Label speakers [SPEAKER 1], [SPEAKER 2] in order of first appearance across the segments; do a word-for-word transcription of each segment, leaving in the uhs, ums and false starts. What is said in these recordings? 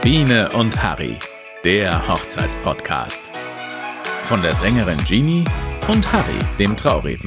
[SPEAKER 1] Biene und Harry, der Hochzeitspodcast. Von der Sängerin Jeannie und Harry, dem Trauredner.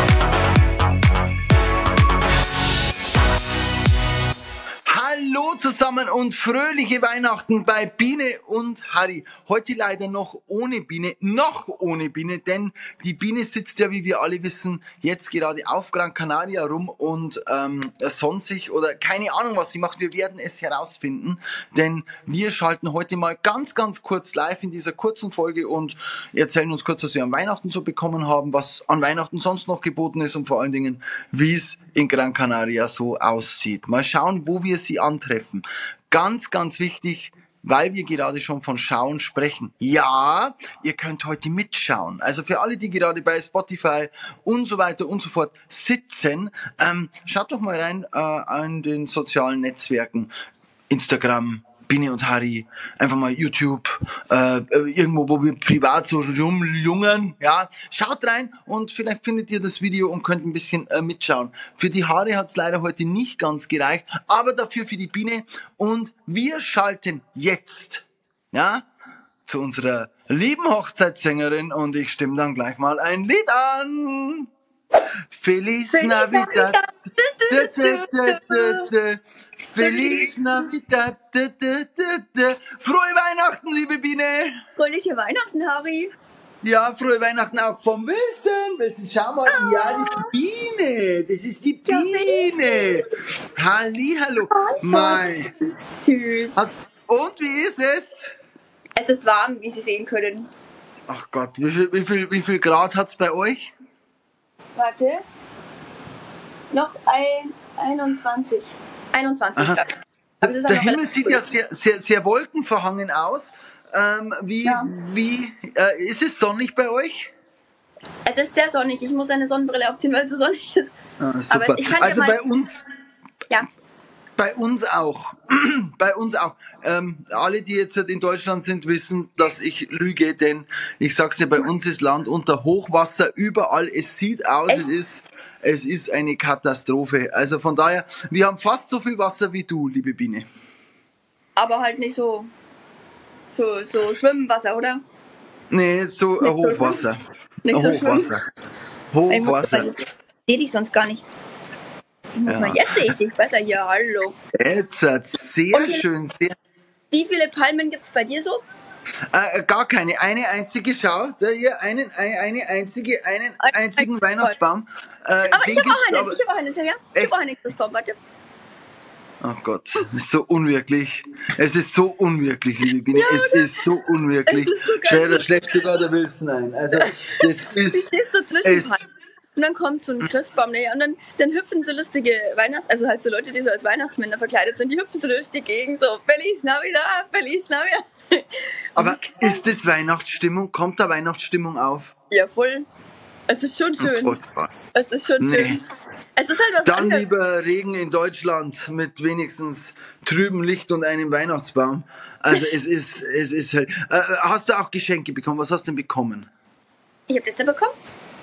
[SPEAKER 2] Hallo zusammen und fröhliche Weihnachten bei Biene und Harry. Heute leider noch ohne Biene, noch ohne Biene, denn die Biene sitzt ja, wie wir alle wissen, jetzt gerade auf Gran Canaria rum und ähm, sonnt sich oder keine Ahnung, was sie macht. Wir werden es herausfinden, denn wir schalten heute mal ganz, ganz kurz live in dieser kurzen Folge und erzählen uns kurz, was wir an Weihnachten so bekommen haben, was an Weihnachten sonst noch geboten ist und vor allen Dingen, wie es in Gran Canaria so aussieht. Mal schauen, wo wir sie antreffen. Ganz, ganz wichtig, weil wir gerade schon von Schauen sprechen. Ja, ihr könnt heute mitschauen. Also für alle, die gerade bei Spotify und so weiter und so fort sitzen, ähm, schaut doch mal rein äh, an den sozialen Netzwerken. Instagram, Biene und Harry, einfach mal YouTube, äh, irgendwo, wo wir privat so rumjungen, ja, schaut rein und vielleicht findet ihr das Video und könnt ein bisschen äh, mitschauen. Für die Haare hat es leider heute nicht ganz gereicht, aber dafür für die Biene und wir schalten jetzt, ja, zu unserer lieben Hochzeitssängerin und ich stimme dann gleich mal ein Lied an. Feliz, Feliz Navidad, Navidad. Da, da, da, da. Feliz Navidad, da, da, da, da. Frohe Weihnachten, liebe Biene.
[SPEAKER 3] Fröhliche Weihnachten, Harry.
[SPEAKER 2] Ja, frohe Weihnachten auch vom Wilson. Wilson, schau mal, oh. Ja, das ist die Biene. Das ist die Biene. Ja, Hallihallo.
[SPEAKER 3] Oh,
[SPEAKER 2] mein.
[SPEAKER 3] Süß.
[SPEAKER 2] Und wie ist es?
[SPEAKER 3] Es ist warm, wie Sie sehen können.
[SPEAKER 2] Ach Gott, wie viel, wie viel, wie viel Grad hat's bei euch?
[SPEAKER 3] Warte. Noch ein, einundzwanzig. einundzwanzig Grad.
[SPEAKER 2] Aber der Himmel sieht ja sehr, sehr, sehr wolkenverhangen aus. Ähm, wie
[SPEAKER 3] ja.
[SPEAKER 2] wie äh, ist es sonnig bei euch?
[SPEAKER 3] Es ist sehr sonnig. Ich muss eine Sonnenbrille aufziehen, weil es so sonnig ist.
[SPEAKER 2] Ah, super. Aber ich kann also bei uns...
[SPEAKER 3] Ja.
[SPEAKER 2] Bei uns auch. Bei uns auch. Ähm, alle, die jetzt in Deutschland sind, wissen, dass ich lüge, denn ich sag's dir, bei uns ist Land unter Hochwasser überall. Es sieht aus, es ist, es ist eine Katastrophe. Also von daher, wir haben fast so viel Wasser wie du, liebe Biene.
[SPEAKER 3] Aber halt nicht so, so, so Schwimmwasser, oder?
[SPEAKER 2] Nee, so nicht Hochwasser.
[SPEAKER 3] So nicht so
[SPEAKER 2] Hochwasser. Hochwasser.
[SPEAKER 3] Ich sehe dich sonst gar nicht. Ich muss ja. mal, jetzt sehe ich dich besser hier, hallo.
[SPEAKER 2] Jetzt, sehr okay. schön, sehr.
[SPEAKER 3] Wie viele Palmen gibt es bei dir so?
[SPEAKER 2] Äh, gar keine, eine einzige, schau, da hier, einen, eine, eine einzige, einen ein, einzigen ein, Weihnachtsbaum. Äh,
[SPEAKER 3] aber ich habe auch einen, aber, ich habe auch einen, ja? Ich habe auch einen Christbaum, warte.
[SPEAKER 2] Oh Gott, das ist so unwirklich. Es ist so unwirklich, liebe Biene. Ja, es ist so unwirklich. So da schläft sogar der Wilson ein. Also, das ist...
[SPEAKER 3] Wie stehst du zwischen Und dann kommt so ein Christbaum näher und dann, dann hüpfen so lustige Weihnachts-, also halt so Leute, die so als Weihnachtsmänner verkleidet sind, die hüpfen so durch die Gegend, so Feliz Navidad, Feliz Navidad.
[SPEAKER 2] Aber ist das Weihnachtsstimmung? Kommt da Weihnachtsstimmung auf?
[SPEAKER 3] Ja, voll. Es ist schon schön.
[SPEAKER 2] Oh,
[SPEAKER 3] es ist schon
[SPEAKER 2] nee.
[SPEAKER 3] schön. Es ist halt was
[SPEAKER 2] Dann
[SPEAKER 3] anderes.
[SPEAKER 2] lieber Regen in Deutschland mit wenigstens trübem Licht und einem Weihnachtsbaum. Also es ist, es ist halt... Äh, hast du auch Geschenke bekommen? Was hast du denn bekommen?
[SPEAKER 3] Ich habe das da bekommen.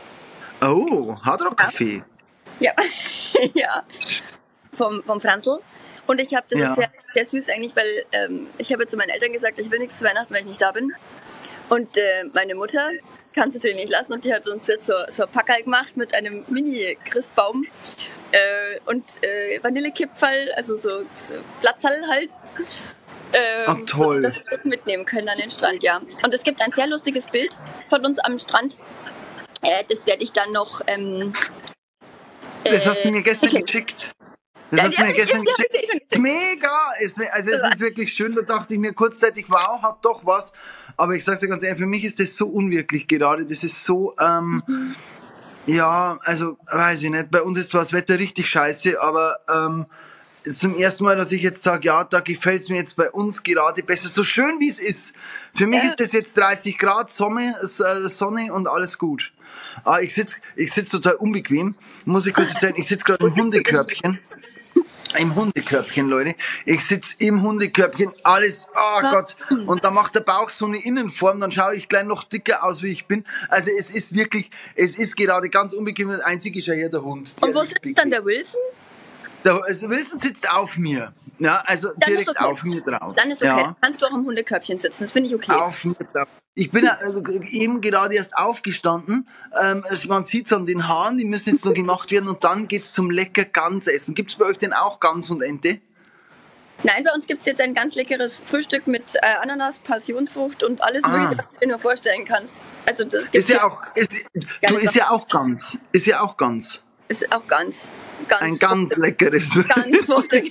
[SPEAKER 2] Oh, Hardrock-Café.
[SPEAKER 3] Ja, ja. Vom, vom Franzl. Und ich habe, das ja. ist sehr, sehr süß eigentlich, weil ähm, ich habe zu meinen Eltern gesagt, ich will nichts zu Weihnachten, weil ich nicht da bin. Und äh, meine Mutter kann es natürlich nicht lassen und die hat uns jetzt so, so ein Packerl gemacht mit einem Mini-Christbaum äh, und äh, Vanillekipferl, also so, so Platzerl halt. Ähm,
[SPEAKER 2] Ach toll.
[SPEAKER 3] So, dass wir das mitnehmen können an den Strand, ja. Und es gibt ein sehr lustiges Bild von uns am Strand. Äh, das werde ich dann noch. Ähm,
[SPEAKER 2] das hast du mir gestern
[SPEAKER 3] okay.
[SPEAKER 2] geschickt. Das
[SPEAKER 3] ja,
[SPEAKER 2] hast du mir gestern
[SPEAKER 3] ja,
[SPEAKER 2] geschickt. Ja, mega! Es, also es ist wirklich schön. Da dachte ich mir kurzzeitig, wow, hat doch was. Aber ich sag's dir ganz ehrlich, für mich ist das so unwirklich gerade. Das ist so, ähm, mhm. ja, also weiß ich nicht. Bei uns ist zwar das Wetter richtig scheiße, aber ähm, zum ersten Mal, dass ich jetzt sage, ja, da gefällt es mir jetzt bei uns gerade besser, so schön wie es ist. Für mich ja. ist das jetzt dreißig Grad, Sonne, Sonne und alles gut. Ah, ich sitze ich sitz total unbequem, muss ich kurz erzählen, ich sitze gerade im Hundekörbchen. Im Hundekörbchen, Leute. Ich sitze im Hundekörbchen, alles, oh Gott. Und da macht der Bauch so eine Innenform, dann schaue ich gleich noch dicker aus, wie ich bin. Also es ist wirklich, es ist gerade ganz unbequem, das einzige ist ja hier der Hund.
[SPEAKER 3] Und wo sitzt dann der Wilson?
[SPEAKER 2] Der Wilson sitzt auf mir. Ja, also
[SPEAKER 3] Dann
[SPEAKER 2] direkt
[SPEAKER 3] okay.
[SPEAKER 2] auf mir drauf.
[SPEAKER 3] Dann ist okay.
[SPEAKER 2] Ja.
[SPEAKER 3] Dann kannst du auch im Hundekörbchen sitzen. Das finde ich okay.
[SPEAKER 2] Auf mir drauf. Ich bin also eben gerade erst aufgestanden. Ähm, man sieht es an den Haaren, die müssen jetzt noch gemacht werden und dann geht's zum lecker Gans essen. Gibt es bei euch denn auch Gans und Ente?
[SPEAKER 3] Nein, bei uns gibt es jetzt ein ganz leckeres Frühstück mit äh, Ananas, Passionsfrucht und alles
[SPEAKER 2] Ah.
[SPEAKER 3] Mögliche, was du dir nur vorstellen kannst. Also das
[SPEAKER 2] Ist
[SPEAKER 3] gibt's
[SPEAKER 2] ja auch, ist, du
[SPEAKER 3] Geile
[SPEAKER 2] ist ja auch Gans. Ist ja auch Gans.
[SPEAKER 3] ist auch ganz, ganz
[SPEAKER 2] Ein ganz
[SPEAKER 3] fruchtig.
[SPEAKER 2] leckeres.
[SPEAKER 3] Ganz fruchtig.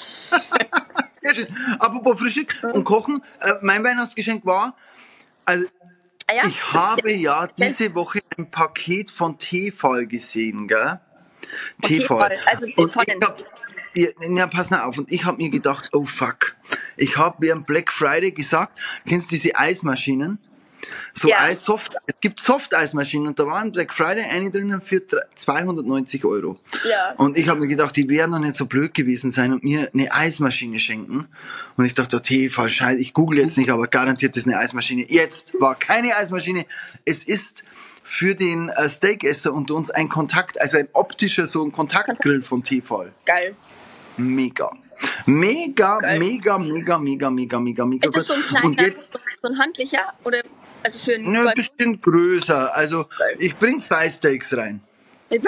[SPEAKER 2] Sehr schön. Apropos Frühstück und Kochen, äh, mein Weihnachtsgeschenk war, also
[SPEAKER 3] Ah ja?
[SPEAKER 2] ich habe ja diese Woche ein Paket von Tefal gesehen, gell?
[SPEAKER 3] Tefal, also den
[SPEAKER 2] Und
[SPEAKER 3] von
[SPEAKER 2] ich
[SPEAKER 3] den-
[SPEAKER 2] hab, ja, ja, pass mal auf. Und ich habe mir gedacht, oh fuck. Ich habe während Black Friday gesagt, kennst du diese Eismaschinen? So
[SPEAKER 3] Ja.
[SPEAKER 2] Eis, Soft, es gibt Soft-Eismaschinen und da war im Black Friday eine drinnen für zweihundertneunzig Euro.
[SPEAKER 3] Ja.
[SPEAKER 2] Und ich habe mir gedacht, die werden doch nicht so blöd gewesen sein und mir eine Eismaschine schenken. Und ich dachte, Tefal, scheiße, ich google jetzt nicht, aber garantiert ist eine Eismaschine. Jetzt war keine Eismaschine. Es ist für den äh, Steakesser unter uns ein Kontakt, also ein optischer, so ein Kontaktgrill von Tefal.
[SPEAKER 3] Geil.
[SPEAKER 2] Mega. Mega,
[SPEAKER 3] Geil.
[SPEAKER 2] mega, mega, mega, mega, mega, mega
[SPEAKER 3] Ist das so ein
[SPEAKER 2] gut.
[SPEAKER 3] kleiner,
[SPEAKER 2] Und jetzt
[SPEAKER 3] so, so ein handlicher? Oder, also für einen
[SPEAKER 2] ne, ein bisschen größer. Also
[SPEAKER 3] Geil.
[SPEAKER 2] ich bring zwei Steaks rein.
[SPEAKER 3] Ich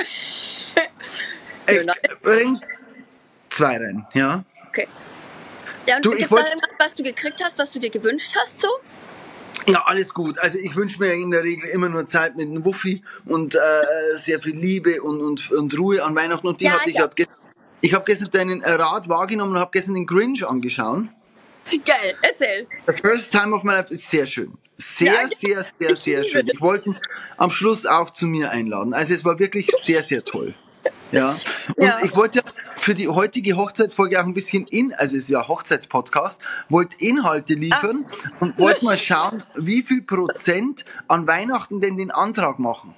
[SPEAKER 2] Ich
[SPEAKER 3] nice.
[SPEAKER 2] bring zwei rein, ja.
[SPEAKER 3] Okay. Ja, und
[SPEAKER 2] Du, ich
[SPEAKER 3] gibt's
[SPEAKER 2] wollt-
[SPEAKER 3] da irgendwas, was du gekriegt hast, was du dir gewünscht hast, so?
[SPEAKER 2] Ja, alles gut. Also ich wünsche mir in der Regel immer nur Zeit mit einem Wuffi und äh, sehr viel Liebe und, und, und Ruhe an Weihnachten. Und die
[SPEAKER 3] Ja,
[SPEAKER 2] hatte ich
[SPEAKER 3] ja.
[SPEAKER 2] halt gestern. Ich habe gestern deinen äh, Rat wahrgenommen und habe gestern den Grinch angeschaut.
[SPEAKER 3] Geil, erzähl.
[SPEAKER 2] The first time of my life ist sehr schön. Sehr,
[SPEAKER 3] Ja,
[SPEAKER 2] sehr, sehr,
[SPEAKER 3] ich
[SPEAKER 2] sehr
[SPEAKER 3] liebe
[SPEAKER 2] schön.
[SPEAKER 3] das.
[SPEAKER 2] Ich wollte ihn am Schluss auch zu mir einladen. Also es war wirklich sehr, sehr toll. Ja. Und
[SPEAKER 3] Ja.
[SPEAKER 2] ich wollte ja für die heutige Hochzeitsfolge auch ein bisschen in, also es ist ja Hochzeitspodcast, wollte Inhalte liefern und wollte mal schauen, wie viel Prozent an Weihnachten denn den Antrag machen.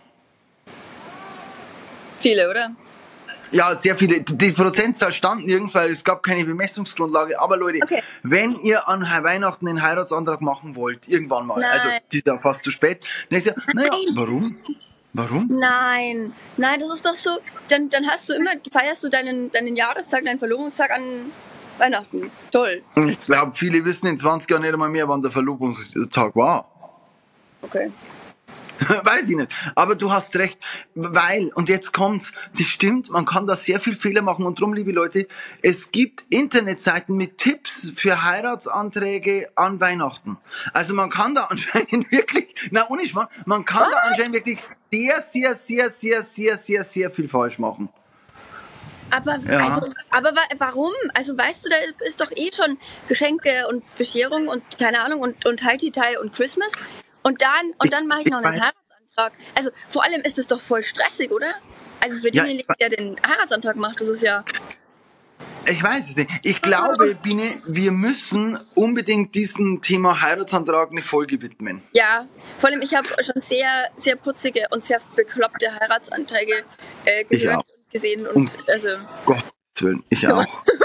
[SPEAKER 3] Viele, oder?
[SPEAKER 2] Ja, sehr viele. Die Prozentzahl stand nirgends, weil es gab keine Bemessungsgrundlage. Aber Leute,
[SPEAKER 3] Okay.
[SPEAKER 2] wenn ihr an He- Weihnachten einen Heiratsantrag machen wollt, irgendwann mal,
[SPEAKER 3] Nein.
[SPEAKER 2] also das ist ja fast zu spät, dann ist ja, naja,
[SPEAKER 3] Nein.
[SPEAKER 2] warum? Warum?
[SPEAKER 3] Nein, nein, das ist doch so. Dann, dann hast du immer, feierst du deinen, deinen Jahrestag, deinen Verlobungstag an Weihnachten. Toll.
[SPEAKER 2] Ich glaube, viele wissen in zwanzig Jahren nicht einmal mehr, wann der Verlobungstag war.
[SPEAKER 3] Okay.
[SPEAKER 2] Weiß ich nicht. Aber du hast recht, weil, und jetzt kommt's, das stimmt, man kann da sehr viel Fehler machen und drum, liebe Leute, es gibt Internetseiten mit Tipps für Heiratsanträge an Weihnachten. Also man kann da anscheinend wirklich, na ohne Schmarrn, man kann da anscheinend wirklich sehr, sehr, sehr, sehr, sehr, sehr, sehr viel falsch machen.
[SPEAKER 3] Aber,
[SPEAKER 2] Ja.
[SPEAKER 3] also, aber wa warum? Also weißt du, da ist doch eh schon Geschenke und Bescherung und keine Ahnung und, und Haiti-Tai und Christmas. Und dann, und dann mache ich noch einen
[SPEAKER 2] Ich weiß.
[SPEAKER 3] Heiratsantrag. Also vor allem ist es doch voll stressig, oder? Also für
[SPEAKER 2] Ja,
[SPEAKER 3] denjenigen, der den Heiratsantrag macht, das ist ja...
[SPEAKER 2] Ich weiß es nicht. Ich glaube, Biene, wir müssen unbedingt diesem Thema Heiratsantrag eine Folge widmen.
[SPEAKER 3] Ja, vor allem ich habe schon sehr, sehr putzige und sehr bekloppte Heiratsanträge äh,
[SPEAKER 2] Ich
[SPEAKER 3] gehört
[SPEAKER 2] auch.
[SPEAKER 3] und gesehen. Und also,
[SPEAKER 2] Gottes Willen, ich auch.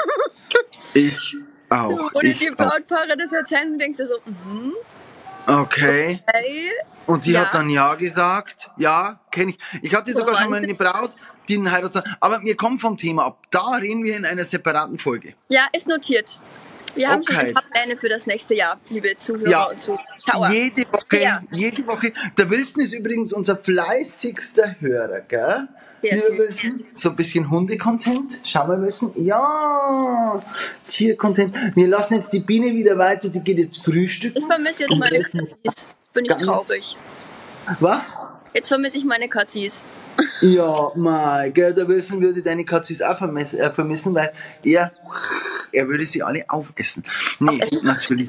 [SPEAKER 2] Ich auch.
[SPEAKER 3] oder
[SPEAKER 2] Ich
[SPEAKER 3] die
[SPEAKER 2] auch.
[SPEAKER 3] Brautpaare das erzählen und denkst du so, mhm,
[SPEAKER 2] Okay.
[SPEAKER 3] hey.
[SPEAKER 2] Und die
[SPEAKER 3] Ja.
[SPEAKER 2] hat dann Ja gesagt. Ja, kenne ich. Ich hatte sogar schon mal eine Braut, die einen Heiratsantrag. Aber wir kommen vom Thema ab. Da reden wir in einer separaten Folge.
[SPEAKER 3] Ja, ist notiert. Wir haben schon
[SPEAKER 2] Okay.
[SPEAKER 3] ein paar Pläne für das nächste Jahr, liebe Zuhörer
[SPEAKER 2] Ja.
[SPEAKER 3] und Zuschauer.
[SPEAKER 2] Jede Woche,
[SPEAKER 3] Ja.
[SPEAKER 2] jede Woche. Der Wilson ist übrigens unser fleißigster Hörer, gell?
[SPEAKER 3] Sehr
[SPEAKER 2] Lieber
[SPEAKER 3] süß.
[SPEAKER 2] Wilson, so ein bisschen Hunde-Content. Schau mal, Wilson. Ja, Tier-Content. Wir lassen jetzt die Biene wieder weiter, die geht jetzt frühstücken.
[SPEAKER 3] Ich vermisse jetzt
[SPEAKER 2] Und
[SPEAKER 3] meine
[SPEAKER 2] wir wissen
[SPEAKER 3] Katzis. Jetzt bin ich
[SPEAKER 2] ganz-
[SPEAKER 3] traurig.
[SPEAKER 2] Was?
[SPEAKER 3] Jetzt vermisse ich meine Katzis.
[SPEAKER 2] Ja, mein, gell, der Wilson würde deine Katzis auch vermissen, äh, vermissen, weil er, er würde sie alle aufessen. Nee, natürlich.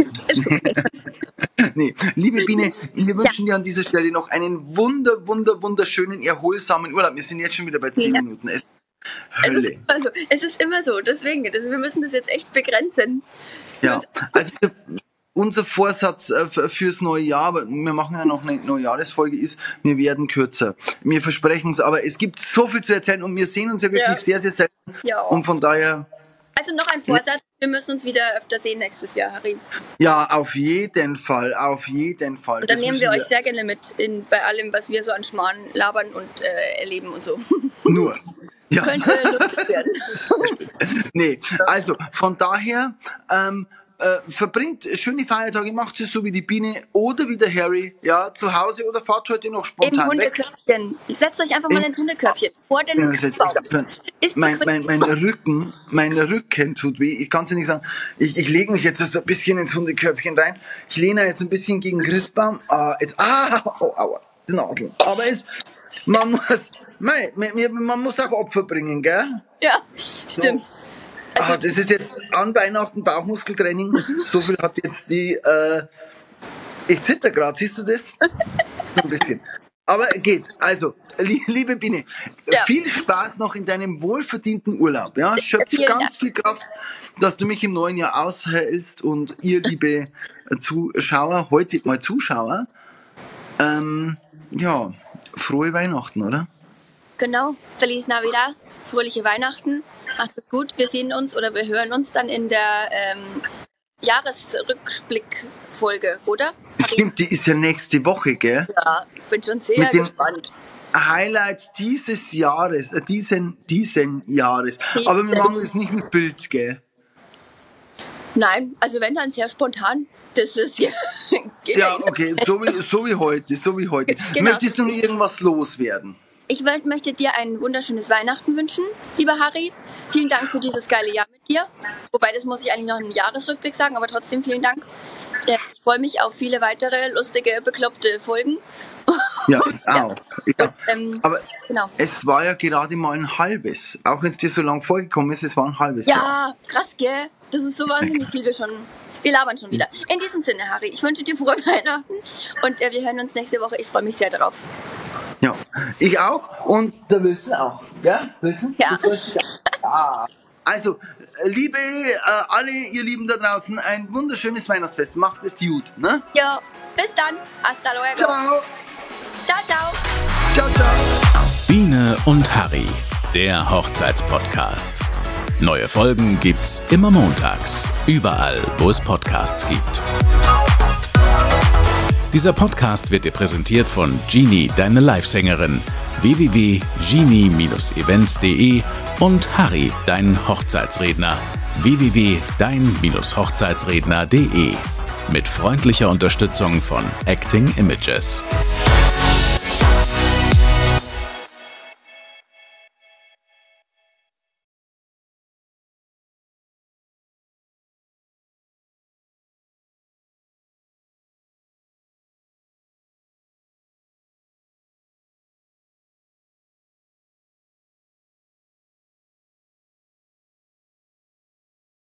[SPEAKER 2] Nee, liebe Biene, wir wünschen dir an dieser Stelle noch einen wunder, wunder, wunderschönen, erholsamen Urlaub. Wir sind jetzt schon wieder bei zehn
[SPEAKER 3] Ja.
[SPEAKER 2] Minuten. Es ist
[SPEAKER 3] Es
[SPEAKER 2] Hölle.
[SPEAKER 3] ist, also, es ist immer so, deswegen, also wir müssen das jetzt echt begrenzen.
[SPEAKER 2] Ja, also unser Vorsatz äh, f- fürs neue Jahr, aber wir machen ja noch eine Neujahresfolge, ist, wir werden kürzer. Wir versprechen es, aber es gibt so viel zu erzählen und wir sehen uns ja wirklich
[SPEAKER 3] Ja.
[SPEAKER 2] sehr, sehr selten.
[SPEAKER 3] Ja.
[SPEAKER 2] Und von daher,
[SPEAKER 3] Also noch ein Vorsatz, wir müssen uns wieder öfter sehen nächstes Jahr, Harry.
[SPEAKER 2] ja, auf jeden Fall, auf jeden Fall.
[SPEAKER 3] Und dann
[SPEAKER 2] Das
[SPEAKER 3] nehmen
[SPEAKER 2] müssen
[SPEAKER 3] wir euch sehr gerne mit in, bei allem, was wir so an Schmarrn labern und äh, erleben und so.
[SPEAKER 2] Nur, Ja.
[SPEAKER 3] Könnte lustig werden.
[SPEAKER 2] Nee, also von daher, ähm, äh, verbringt schöne Feiertage, macht es so wie die Biene oder wie der Harry, ja, zu Hause oder fahrt heute noch spontan
[SPEAKER 3] Im
[SPEAKER 2] weg.
[SPEAKER 3] Hundekörbchen. Setzt euch einfach mal
[SPEAKER 2] Im-
[SPEAKER 3] ins Hundekörbchen. Vor den
[SPEAKER 2] Ja, das ist echt abhören.
[SPEAKER 3] Ist
[SPEAKER 2] Mein,
[SPEAKER 3] die
[SPEAKER 2] mein, mein Rücken, mein Rücken tut weh. Ich kann es ja nicht sagen. Ich, ich lege mich jetzt so ein bisschen ins Hundekörbchen rein. Ich lehne jetzt ein bisschen gegen den Christbaum. Ah, jetzt, ah, oh, aua, die Nadeln. Aber es, man muss, mei, man, man muss auch Opfer bringen, gell?
[SPEAKER 3] Ja, stimmt.
[SPEAKER 2] Ah, das ist jetzt an Weihnachten Bauchmuskeltraining. So viel hat jetzt die, äh, ich zitter gerade, siehst du das? So ein bisschen. Aber geht. Also, li- liebe Biene,
[SPEAKER 3] Ja.
[SPEAKER 2] viel Spaß noch in deinem wohlverdienten Urlaub. Ja? Schöpf
[SPEAKER 3] Vielen
[SPEAKER 2] ganz
[SPEAKER 3] Dank.
[SPEAKER 2] viel Kraft, dass du mich im neuen Jahr aushältst und ihr, liebe Zuschauer, heute mal Zuschauer, ähm, ja, frohe Weihnachten, oder?
[SPEAKER 3] Genau. Feliz Navidad. Fröhliche Weihnachten. Macht es gut. Wir sehen uns oder wir hören uns dann in der ähm, Jahresrückblick-Folge, oder?
[SPEAKER 2] Stimmt, die ist ja nächste Woche, gell?
[SPEAKER 3] Ja, ich bin schon sehr
[SPEAKER 2] Mit den-
[SPEAKER 3] gespannt.
[SPEAKER 2] Highlights dieses Jahres, äh, diesen, diesen Jahres.
[SPEAKER 3] Diesen.
[SPEAKER 2] Aber wir machen es nicht mit Bild, gell?
[SPEAKER 3] Nein, also wenn dann sehr spontan. Das ist ja.
[SPEAKER 2] Ja, okay, so wie, so wie heute, so wie heute.
[SPEAKER 3] Genau.
[SPEAKER 2] Möchtest du noch irgendwas loswerden?
[SPEAKER 3] Ich wollt- möchte dir ein wunderschönes Weihnachten wünschen, lieber Harry. Vielen Dank für dieses geile Jahr mit dir. Wobei, das muss ich eigentlich noch im Jahresrückblick sagen, aber trotzdem vielen Dank. Ja, ich freue mich auf viele weitere lustige, bekloppte Folgen.
[SPEAKER 2] Ja, auch. Ja.
[SPEAKER 3] Ähm,
[SPEAKER 2] Aber
[SPEAKER 3] genau.
[SPEAKER 2] es war ja gerade mal ein halbes. Auch wenn es dir so lang vorgekommen ist, es war ein halbes Jahr.
[SPEAKER 3] Ja, krass, gell? Das ist so wahnsinnig viel. Wir schon. Wir labern schon wieder. In diesem Sinne, Harry, ich wünsche dir frohe Weihnachten und äh, wir hören uns nächste Woche. Ich freue mich sehr darauf.
[SPEAKER 2] Ja, ich auch und der Wilson auch. Ja, Wilson?
[SPEAKER 3] Ja.
[SPEAKER 2] Du freust dich auch. Ja. Also, äh, liebe äh, alle ihr Lieben da draußen, ein wunderschönes Weihnachtsfest. Macht es gut, ne?
[SPEAKER 3] Ja, bis dann. Hasta luego.
[SPEAKER 2] Ciao.
[SPEAKER 3] Ciao, ciao.
[SPEAKER 2] Ciao, ciao.
[SPEAKER 1] Biene und Harry, der Hochzeitspodcast. Neue Folgen gibt's immer montags, überall, wo es Podcasts gibt. Dieser Podcast wird dir präsentiert von Genie, deine Livesängerin, w w w punkt genie Bindestrich events punkt de und Harry, dein Hochzeitsredner, w w w punkt dein Bindestrich hochzeitsredner punkt de. Mit freundlicher Unterstützung von Acting Images.